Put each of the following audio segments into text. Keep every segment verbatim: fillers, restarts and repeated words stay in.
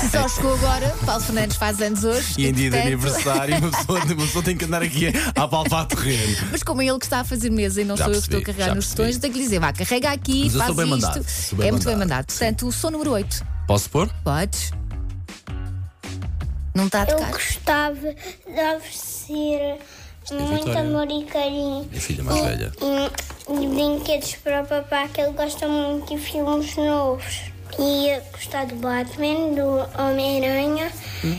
Só chegou agora, Paulo Fernandes faz anos hoje. E em dia de portanto- aniversário, uma pessoa, uma pessoa tem que andar aqui a palpar terreno. Mas como é ele que está a fazer mesa e não Já sou eu que estou a percebi, carregar já nos percebi. botões, tenho que lhe dizer, vá, carrega aqui, Mas eu faz sou bem isto. mandado, sou bem é muito bem mandado, mandado. Portanto, o som número oito. Posso pôr? Podes? Não está a Eu tocar? gostava de oferecer é muito Vitória. amor e carinho. Minha filha mais e, velha. E, e brinquedos para o papá, que ele gosta muito de filmes novos. E eu gostar do Batman, do Homem-Aranha Hum?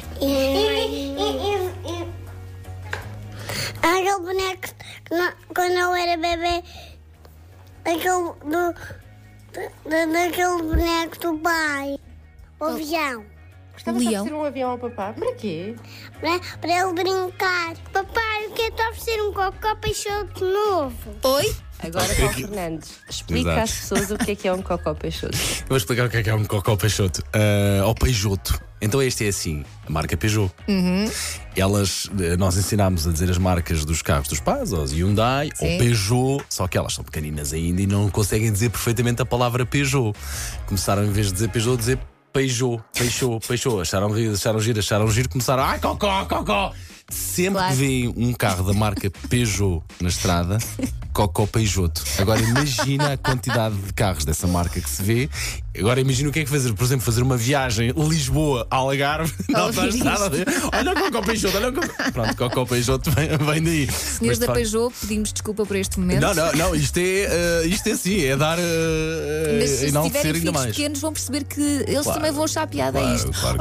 e. Aquele boneco, que não- quando eu era bebê, aquele do, da- daquele boneco do pai, o avião. Gostava Leão. de oferecer um avião ao papá. Para quê? Para, para ele brincar. Papai, eu quero te oferecer um cocó peixoto novo. Oi? Agora, Paulo Fernandes, explica Exato. às pessoas o que é que é um cocó peixoto. Eu vou explicar o que é que é um cocó Peixoto. Ah, ou Peugeot. Então este é assim, a marca Peugeot. Elas, eh, nós ensinámos a dizer as marcas dos carros dos pais, os Hyundai Sim. ou Peugeot, só que elas são pequeninas ainda e não conseguem dizer perfeitamente a palavra Peugeot. Começaram, em vez de dizer Peugeot, a dizer Peugeot, Peugeot, Peugeot. Acharam rir, acharam giro, acharam giro, começaram, ai, cocó, cocó. Sempre Claro. que veem um carro da marca Peugeot na estrada, cocó Peugeot. Agora imagina a quantidade de carros dessa marca que se vê. Agora imagina o que é que fazer. Por exemplo, fazer uma viagem Lisboa-Algarve na Ouvir autoestrada. Olha o cocó Peugeot, olha o cocó. Pronto, cocó Peugeot vem, vem daí. Senhores Mas, de da facto- Peugeot, pedimos desculpa por este momento. Não, não, não, isto é, eh, isto é sim, é dar uh, Mas se enaltecer tiverem ainda filhos mais. pequenos, vão perceber que eles Claro, também vão achar piada a Claro, isto. claro.